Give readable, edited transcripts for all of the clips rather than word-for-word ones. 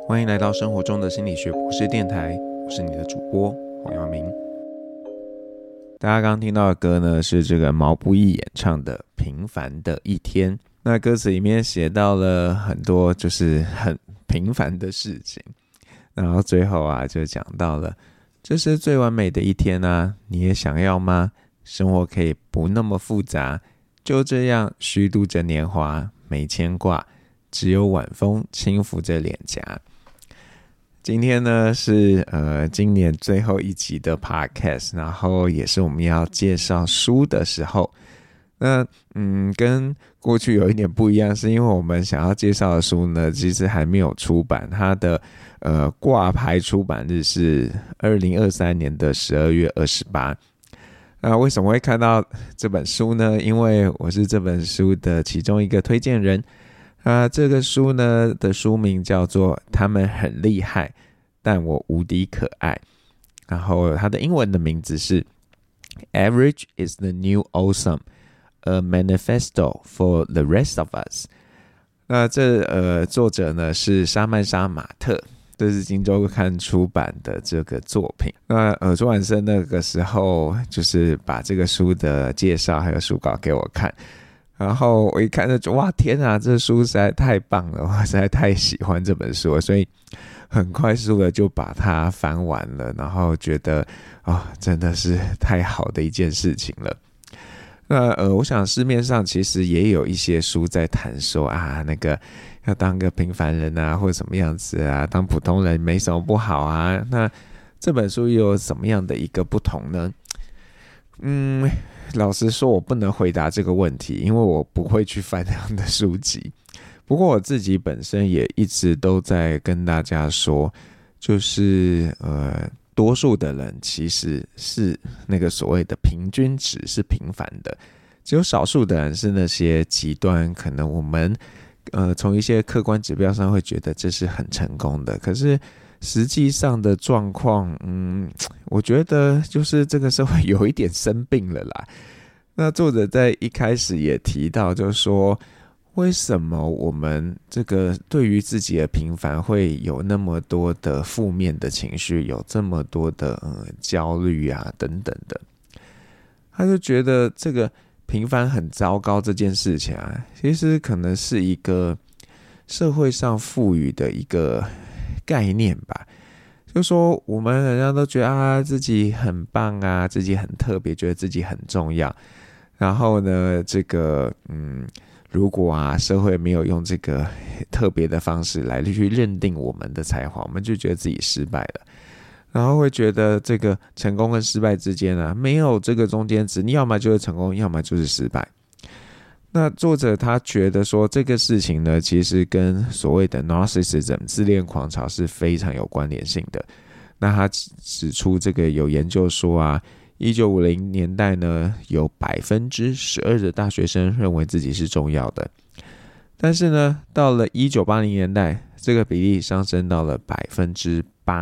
欢迎来到生活中的心理学博士电台，我是你的主播黄耀明。大家刚刚听到的歌呢，是这个毛不易演唱的《平凡的一天》。那歌词里面写到了很多就是很平凡的事情，然后最后就讲到了，这是最完美的一天啊，你也想要吗？生活可以不那么复杂，就这样虚度着年华，没牵挂，只有晚风轻拂着脸颊。今天呢是今年最后一集的 podcast， 然后也是我们要介绍书的时候。那跟过去有一点不一样，是因为我们想要介绍的书呢，其实还没有出版，它的挂牌出版日是2023年的12月28。那为什么会看到这本书呢？因为我是这本书的其中一个推荐人。这个书呢的书名叫做《他们很厉害，但我无敌可爱》，然后它的英文的名字是 Average is the New Awesome, a Manifesto for the Rest of Us。 那这作者呢是莎曼莎马特，这是金周刊出版的这个作品。那出版社那个时候就是把这个书的介绍还有书稿给我看，然后我一看就哇天啊，这书实在太棒了，我实在太喜欢这本书了，所以很快速的就把它翻完了，然后觉得真的是太好的一件事情了。那我想市面上其实也有一些书在谈说那个要当个平凡人啊，或者什么样子啊，当普通人没什么不好啊。那这本书又有什么样的一个不同呢？老实说我不能回答这个问题，因为我不会去翻那样的书籍。不过我自己本身也一直都在跟大家说，就是多数的人其实是那个所谓的平均值是平凡的，只有少数的人是那些极端，可能我们从一些客观指标上会觉得这是很成功的，可是实际上的状况我觉得就是这个社会有一点生病了啦。那作者在一开始也提到，就是说为什么我们这个对于自己的平凡会有那么多的负面的情绪，有这么多的焦虑啊等等的。他就觉得这个平凡很糟糕这件事情其实可能是一个社会上赋予的一个概念吧。就说我们人家都觉得自己很棒啊，自己很特别，觉得自己很重要。然后呢这个如果社会没有用这个特别的方式来去认定我们的才华，我们就觉得自己失败了，然后会觉得这个成功跟失败之间没有这个中间值，你要么就是成功，要么就是失败。那作者他觉得说这个事情呢，其实跟所谓的 narcissism 自恋狂潮是非常有关联性的。那他指出这个有研究说1950年代呢，有12%的大学生认为自己是重要的，但是呢，到了1980年代，这个比例上升到了80%。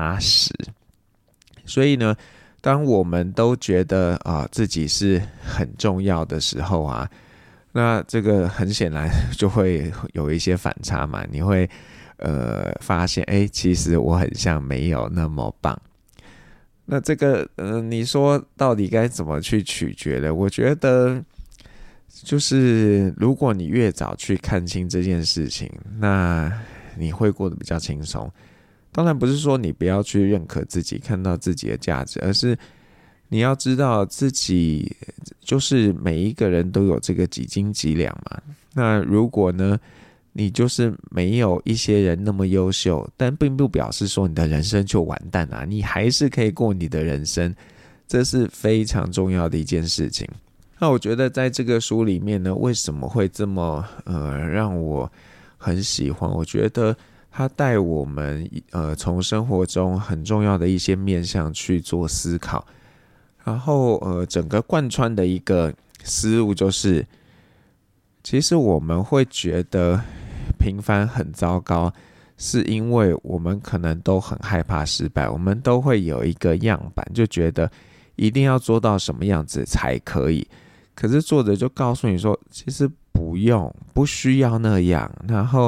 所以呢，当我们都觉得自己是很重要的时候那这个很显然就会有一些反差嘛，你会发现其实我很像没有那么棒。那这个你说到底该怎么去取决呢？我觉得就是如果你越早去看清这件事情，那你会过得比较轻松。当然不是说你不要去认可自己，看到自己的价值，而是你要知道自己就是每一个人都有这个几斤几两嘛。那如果呢你就是没有一些人那么优秀，但并不表示说你的人生就完蛋你还是可以过你的人生，这是非常重要的一件事情。那我觉得在这个书里面呢，为什么会这么让我很喜欢？我觉得它带我们从生活中很重要的一些面向去做思考，然后整个贯穿的一个思路就是，其实我们会觉得平凡很糟糕，是因为我们可能都很害怕失败，我们都会有一个样板，就觉得一定要做到什么样子才可以。可是作者就告诉你说，其实不需要那样，然后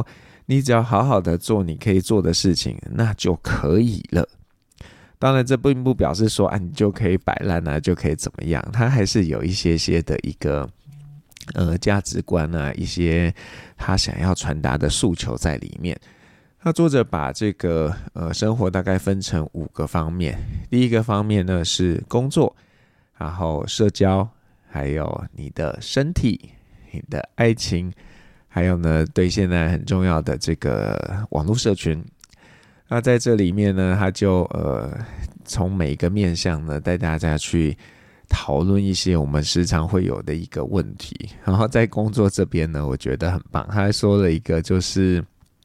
你只要好好的做你可以做的事情，那就可以了。当然这并不表示说你就可以摆烂啊，就可以怎么样，它还是有一些的一个价值观啊，一些他想要传达的诉求在里面。那作者把这个生活大概分成5个方面。第一个方面呢是工作，然后社交，还有你的身体，你的爱情，还有呢对现在很重要的这个网络社群。那在这里面呢，他就从每一个面向呢带大家去讨论一些我们时常会有的一个问题。然后在工作这边呢，我觉得很棒，他还说了一个就是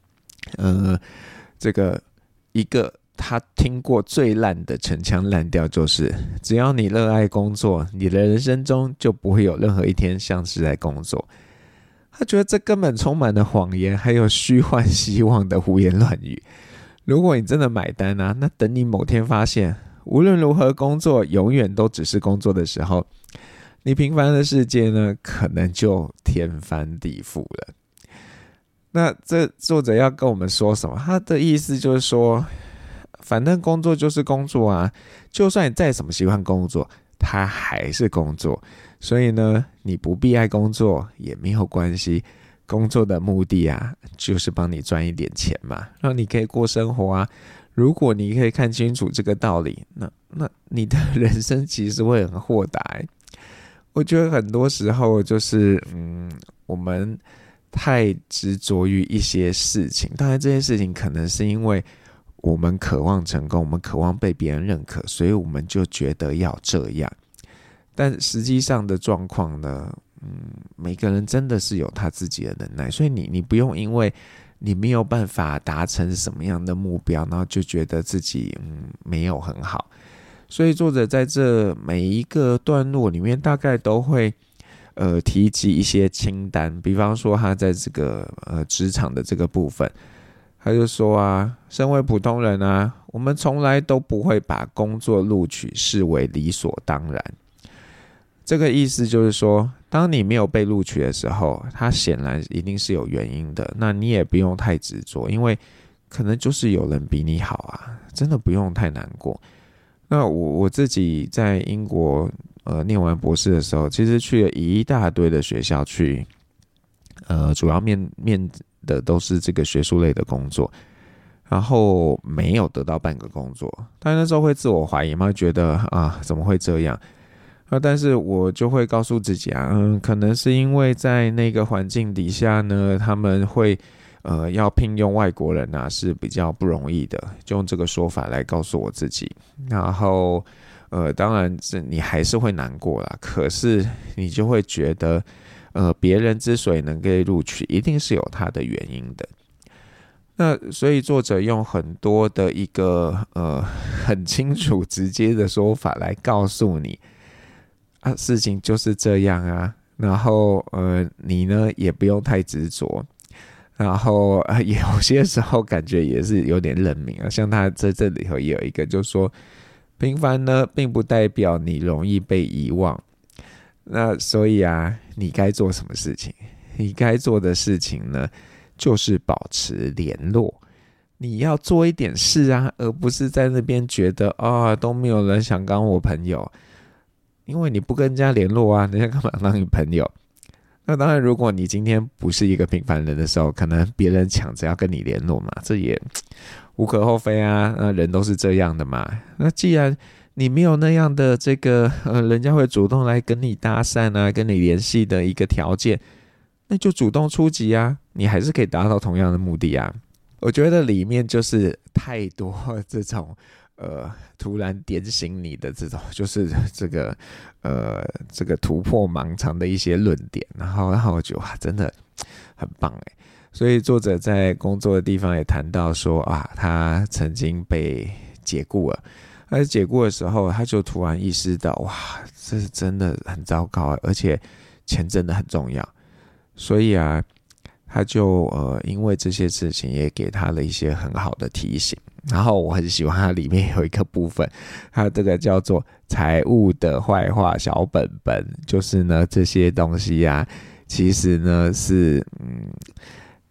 这个一个他听过最烂的陈腔滥调，就是只要你热爱工作，你的人生中就不会有任何一天像是在工作。他觉得这根本充满了谎言，还有虚幻希望的胡言乱语。如果你真的买单啊，那等你某天发现无论如何工作永远都只是工作的时候，你平凡的世界呢可能就天翻地覆了。那这作者要跟我们说什么？他的意思就是说，反正工作就是工作啊，就算你再怎么喜欢工作，它还是工作。所以呢，你不必爱工作也没有关系，工作的目的啊，就是帮你赚一点钱嘛，让你可以过生活啊。如果你可以看清楚这个道理，那你的人生其实会很豁达。我觉得很多时候就是我们太执着于一些事情，当然这些事情可能是因为我们渴望成功，我们渴望被别人认可，所以我们就觉得要这样。但实际上的状况呢，每个人真的是有他自己的能耐，所以你不用因为你没有办法达成什么样的目标，然后就觉得自己没有很好。所以作者在这每一个段落里面大概都会提及一些清单，比方说他在这个职场的这个部分，他就说啊，身为普通人啊，我们从来都不会把工作录取视为理所当然。这个意思就是说，当你没有被录取的时候，它显然一定是有原因的，那你也不用太执着，因为可能就是有人比你好啊，真的不用太难过。那我自己在英国念完博士的时候，其实去了一大堆的学校去，主要面的都是这个学术类的工作，然后没有得到半个工作。但那时候会自我怀疑嘛，觉得怎么会这样？但是我就会告诉自己可能是因为在那个环境底下呢，他们会要聘用外国人啊是比较不容易的，就用这个说法来告诉我自己。然后当然你还是会难过啦，可是你就会觉得别人之所以能被录取，一定是有他的原因的。那所以作者用很多的一个很清楚直接的说法来告诉你事情就是这样啊，然后你呢也不用太执着，然后有些时候感觉也是有点认命啊。像他在这里头也有一个，就是说平凡呢并不代表你容易被遗忘。那所以你该做什么事情？你该做的事情呢，就是保持联络。你要做一点事啊，而不是在那边觉得都没有人想当我朋友。因为你不跟人家联络人家干嘛当你朋友？那当然，如果你今天不是一个平凡人的时候，可能别人抢着要跟你联络嘛，这也无可厚非啊。那人都是这样的嘛。那既然你没有那样的这个人家会主动来跟你搭讪啊，跟你联系的一个条件，那就主动出击啊，你还是可以达到同样的目的啊。我觉得里面就是太多这种突然点醒你的这种，就是这个突破盲肠的一些论点，然后我觉得真的很棒耶。所以作者在工作的地方也谈到说他曾经被解雇了。在解雇的时候，他就突然意识到这是真的很糟糕，而且钱真的很重要。所以他就因为这些事情也给他了一些很好的提醒。然后我很喜欢它里面有一个部分，它这个叫做财务的坏话小本本，就是呢这些东西其实呢是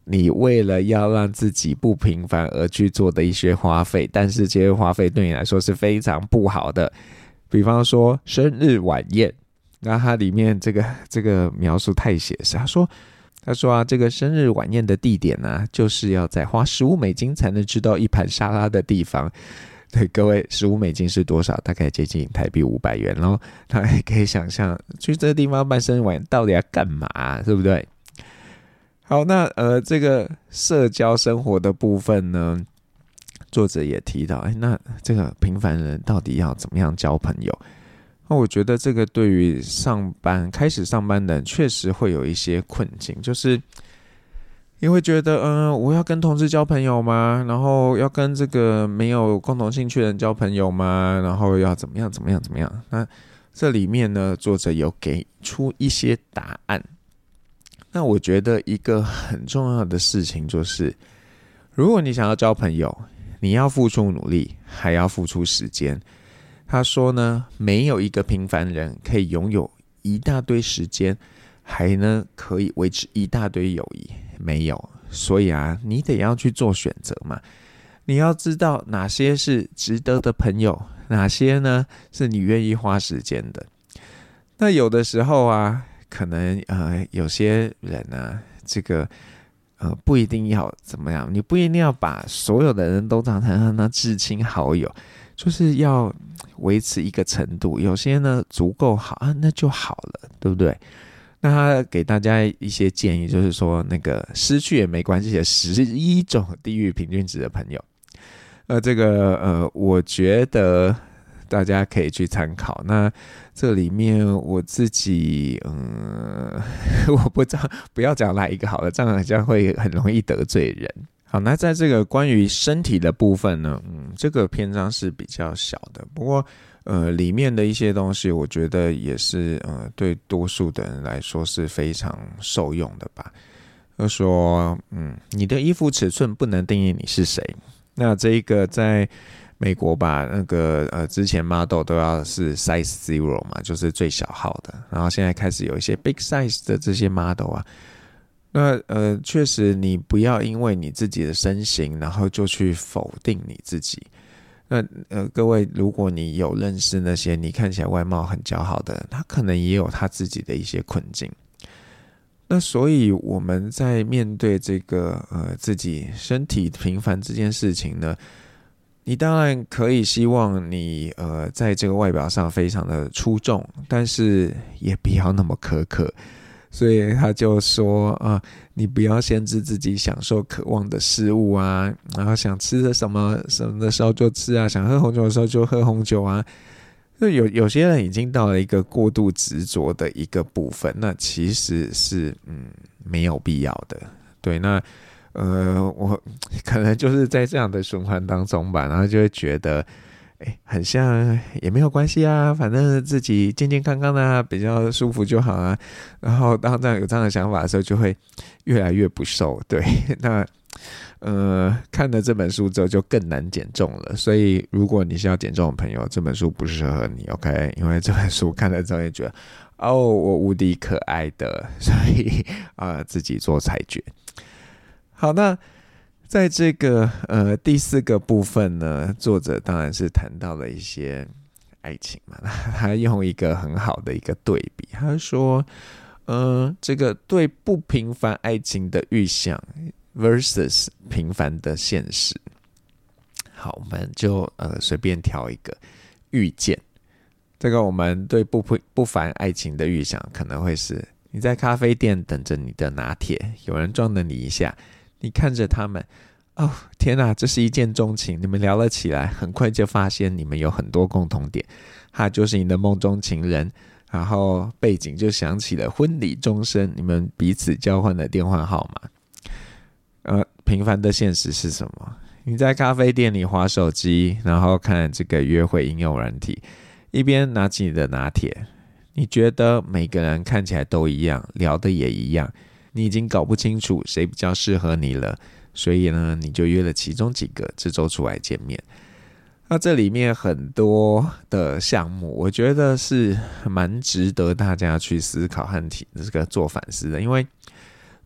你为了要让自己不平凡而去做的一些花费，但是这些花费对你来说是非常不好的。比方说生日晚宴，那它里面这个描述太写实，他说啊，这个生日晚宴的地点啊，就是要在花$15才能吃到一盘沙拉的地方。对各位，$15是多少？大概接近台币500元咯。他也可以想象，去这个地方办生日晚宴到底要干嘛，对不对？好，那这个社交生活的部分呢，作者也提到，那这个平凡人到底要怎么样交朋友？那我觉得这个对于开始上班的人确实会有一些困境，就是你会觉得，我要跟同事交朋友吗？然后要跟这个没有共同兴趣的人交朋友吗？然后要怎么样？那这里面呢，作者有给出一些答案。那我觉得一个很重要的事情就是，如果你想要交朋友，你要付出努力，还要付出时间。他说呢，没有一个平凡人可以拥有一大堆时间，还呢可以维持一大堆友谊，没有。所以啊，你得要去做选择嘛。你要知道哪些是值得的朋友，哪些呢是你愿意花时间的。那有的时候啊，可能有些人啊，这个不一定要怎么样，你不一定要把所有的人都当成那至亲好友，就是要维持一个程度。有些呢足够好啊，那就好了，对不对？那他给大家一些建议，就是说那个失去也没关系的11种地狱平均值的朋友。这个我觉得大家可以去参考。那这里面我自己我不知道，不要讲哪一个好了，这样好像会很容易得罪人。好，那在这个关于身体的部分呢，这个篇章是比较小的，不过里面的一些东西，我觉得也是对多数的人来说是非常受用的吧。就说你的衣服尺寸不能定义你是谁。那这一个在美国吧，那个之前 model 都要是 size 0嘛，就是最小号的，然后现在开始有一些 big size 的这些 model 啊。那确实你不要因为你自己的身形，然后就去否定你自己。那各位，如果你有认识那些你看起来外貌很姣好的人，他可能也有他自己的一些困境。那所以我们在面对这个自己身体平凡这件事情呢，你当然可以希望你在这个外表上非常的出众，但是也不要那么苛刻。所以他就说你不要限制自己享受渴望的事物啊，然后想吃的什么的时候就吃啊，想喝红酒的时候就喝红酒啊。有些人已经到了一个过度执着的一个部分，那其实是没有必要的。对，那我可能就是在这样的循环当中吧，然后就会觉得很像也没有关系啊，反正自己健健康康的啊，比较舒服就好啊。然后当有这样的想法的时候，就会越来越不瘦。对，那看了这本书之后就更难减重了。所以如果你是要减重的朋友，这本书不适合你 OK， 因为这本书看了之后也觉得我无敌可爱的，所以自己做裁决。好，那在这个第4个部分呢，作者当然是谈到了一些爱情嘛，他用一个很好的一个对比，他说这个对不平凡爱情的预想 versus 平凡的现实。好，我们就随便挑一个遇见。这个我们对不凡爱情的预想可能会是你在咖啡店等着你的拿铁，有人撞了你一下，你看着他们，天哪，这是一见钟情，你们聊了起来，很快就发现你们有很多共同点，他就是你的梦中情人，然后背景就响起了婚礼钟声，你们彼此交换了电话号码。平凡的现实是什么？你在咖啡店里滑手机，然后看这个约会应用软体，一边拿起你的拿铁，你觉得每个人看起来都一样，聊的也一样，你已经搞不清楚谁比较适合你了，所以呢，你就约了其中几个这周出来见面。那这里面很多的项目，我觉得是蛮值得大家去思考和这个做反思的，因为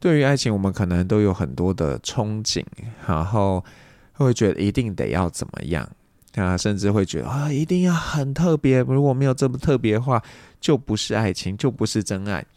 对于爱情，我们可能都有很多的憧憬，然后会觉得一定得要怎么样，甚至会觉得一定要很特别，如果没有这么特别的话，就不是爱情，就不是真爱。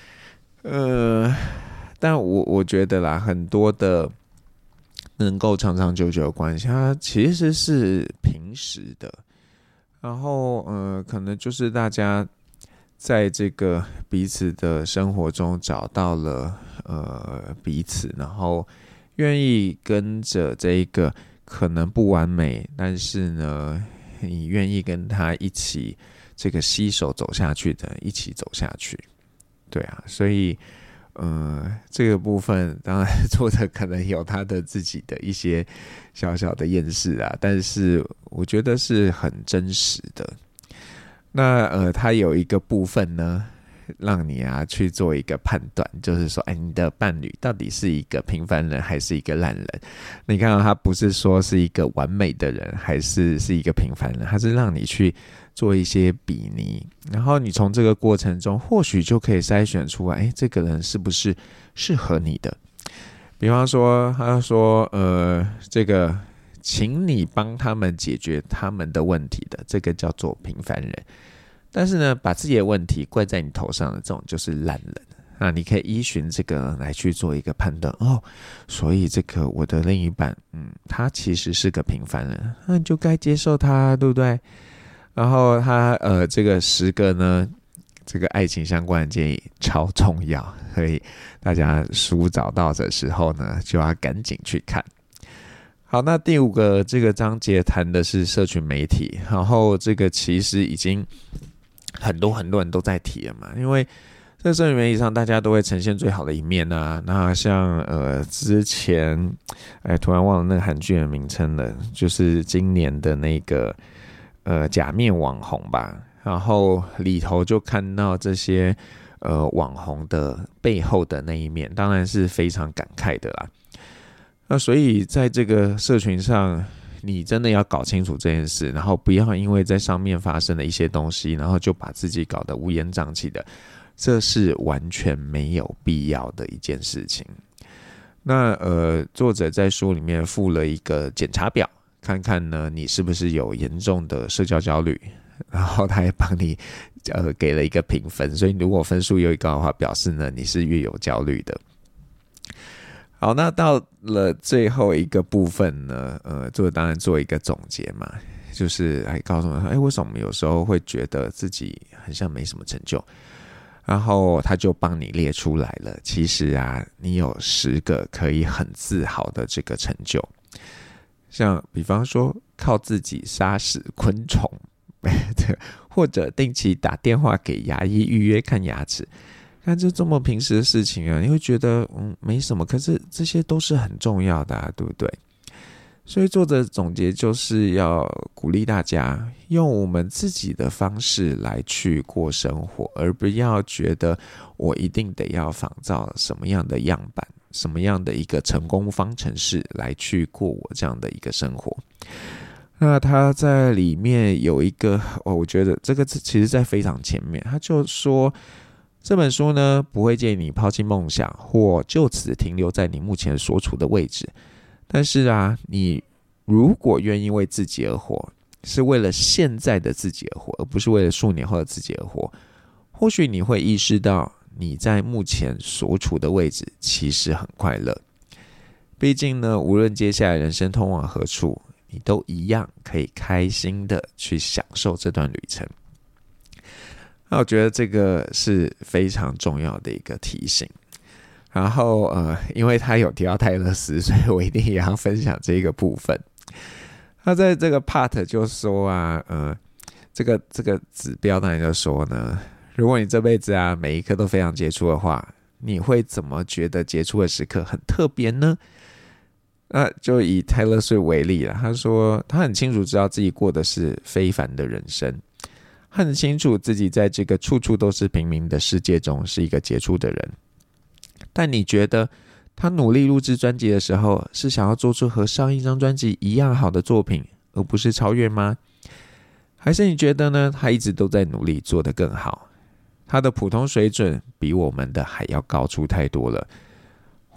但我觉得啦，很多的能够长长久久的关系，它其实是平时的，然后可能就是大家在这个彼此的生活中找到了彼此，然后愿意跟着这一个可能不完美，但是呢，你愿意跟他一起这个携手走下去的，一起走下去。对啊，所以这个部分当然作者可能有他的自己的一些小小的厌世啊，但是我觉得是很真实的。那他有一个部分呢，让你去做一个判断，就是说你的伴侣到底是一个平凡人还是一个烂人。你看到他不是说是一个完美的人还是一个平凡人，他是让你去做一些比拟，然后你从这个过程中或许就可以筛选出来这个人是不是适合你的。比方说他说这个请你帮他们解决他们的问题的，这个叫做平凡人。但是呢，把自己的问题怪在你头上的这种就是烂人。那你可以依循这个来去做一个判断所以这个我的另一半他其实是个平凡人，那你就该接受他，对不对？然后他这个10个呢，这个爱情相关的建议超重要，所以大家书找到的时候呢，就要赶紧去看。好，那第5个这个章节谈的是社群媒体，然后这个其实已经很多人都在提了嘛，因为在社群媒体上大家都会呈现最好的一面啊。那像之前突然忘了那个韩剧的名称了，就是今年的那个假面网红吧，然后里头就看到这些网红的背后的那一面，当然是非常感慨的啦。那所以在这个社群上，你真的要搞清楚这件事，然后不要因为在上面发生的一些东西，然后就把自己搞得乌烟瘴气的，这是完全没有必要的一件事情。那作者在书里面附了一个检查表，看看呢你是不是有严重的社交焦虑，然后他也帮你给了一个评分，所以如果分数越高的话，表示呢你是越有焦虑的。好，那到了最后一个部分呢，作者当然做一个总结嘛，就是来告诉我说，为什么我们有时候会觉得自己很像没什么成就，然后他就帮你列出来了。其实你有10个可以很自豪的这个成就，像比方说靠自己杀死昆虫，或者定期打电话给牙医预约看牙齿。看这么平时的事情你会觉得没什么，可是这些都是很重要的对不对？所以作者总结就是要鼓励大家用我们自己的方式来去过生活，而不要觉得我一定得要仿照什么样的样板，什么样的一个成功方程式来去过我这样的一个生活。那他在里面有一个我觉得这个其实在非常前面，他就说这本书呢不会建议你抛弃梦想或就此停留在你目前所处的位置，但是你如果愿意为自己而活，是为了现在的自己而活，而不是为了数年后的自己而活，或许你会意识到你在目前所处的位置其实很快乐。毕竟呢，无论接下来人生通往何处，你都一样可以开心的去享受这段旅程。那我觉得这个是非常重要的一个提醒。然后因为他有提到泰勒斯，所以我一定也要分享这个部分。他在这个 part 就说这个指标当然就说呢，如果你这辈子每一刻都非常杰出的话，你会怎么觉得杰出的时刻很特别呢？那就以泰勒斯为例了，他说他很清楚知道自己过的是非凡的人生，很清楚自己在这个处处都是平民的世界中是一个杰出的人。但你觉得他努力录制专辑的时候，是想要做出和上一张专辑一样好的作品，而不是超越吗？还是你觉得呢？他一直都在努力做得更好，他的普通水准比我们的还要高出太多了。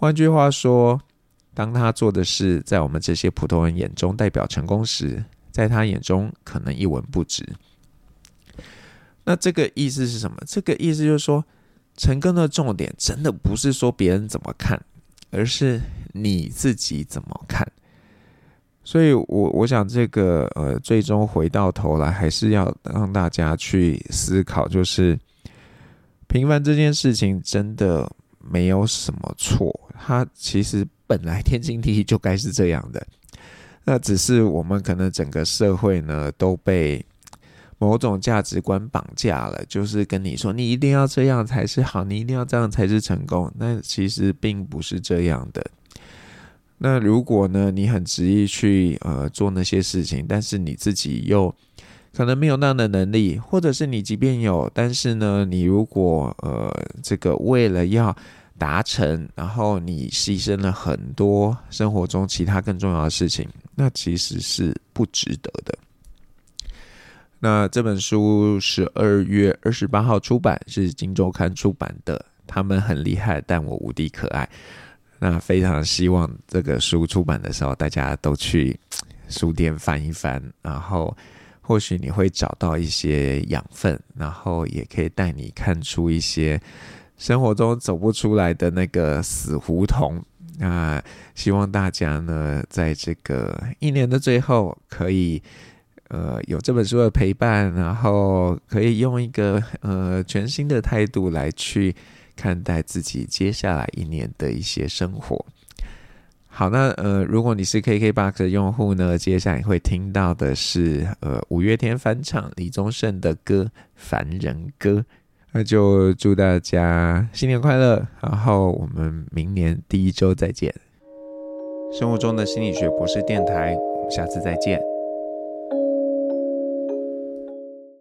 换句话说，当他做的事在我们这些普通人眼中代表成功时，在他眼中可能一文不值。那这个意思是什么？这个意思就是说，成功的重点真的不是说别人怎么看，而是你自己怎么看。所以我想这个最终回到头来还是要让大家去思考，就是平凡这件事情真的没有什么错，它其实本来天经地义就该是这样的。那只是我们可能整个社会呢都被某种价值观绑架了，就是跟你说你一定要这样才是好，你一定要这样才是成功。那其实并不是这样的。那如果呢你很执意去做那些事情，但是你自己又可能没有那样的能力，或者是你即便有，但是呢你如果这个为了要达成，然后你牺牲了很多生活中其他更重要的事情，那其实是不值得的。那这本书12月28号出版，是金周刊出版的。他们很厉害，但我无敌可爱。那非常希望这个书出版的时候，大家都去书店翻一翻，然后或许你会找到一些养分，然后也可以带你看出一些生活中走不出来的那个死胡同。那希望大家呢，在这个一年的最后，可以有这本书的陪伴，然后可以用一个全新的态度来去看待自己接下来一年的一些生活。好，那如果你是 KKBOX 的用户呢，接下来会听到的是五月天翻唱李宗盛的歌《凡人歌》。那就祝大家新年快乐，然后我们明年第一周再见。生活中的心理学博士电台，我们下次再见。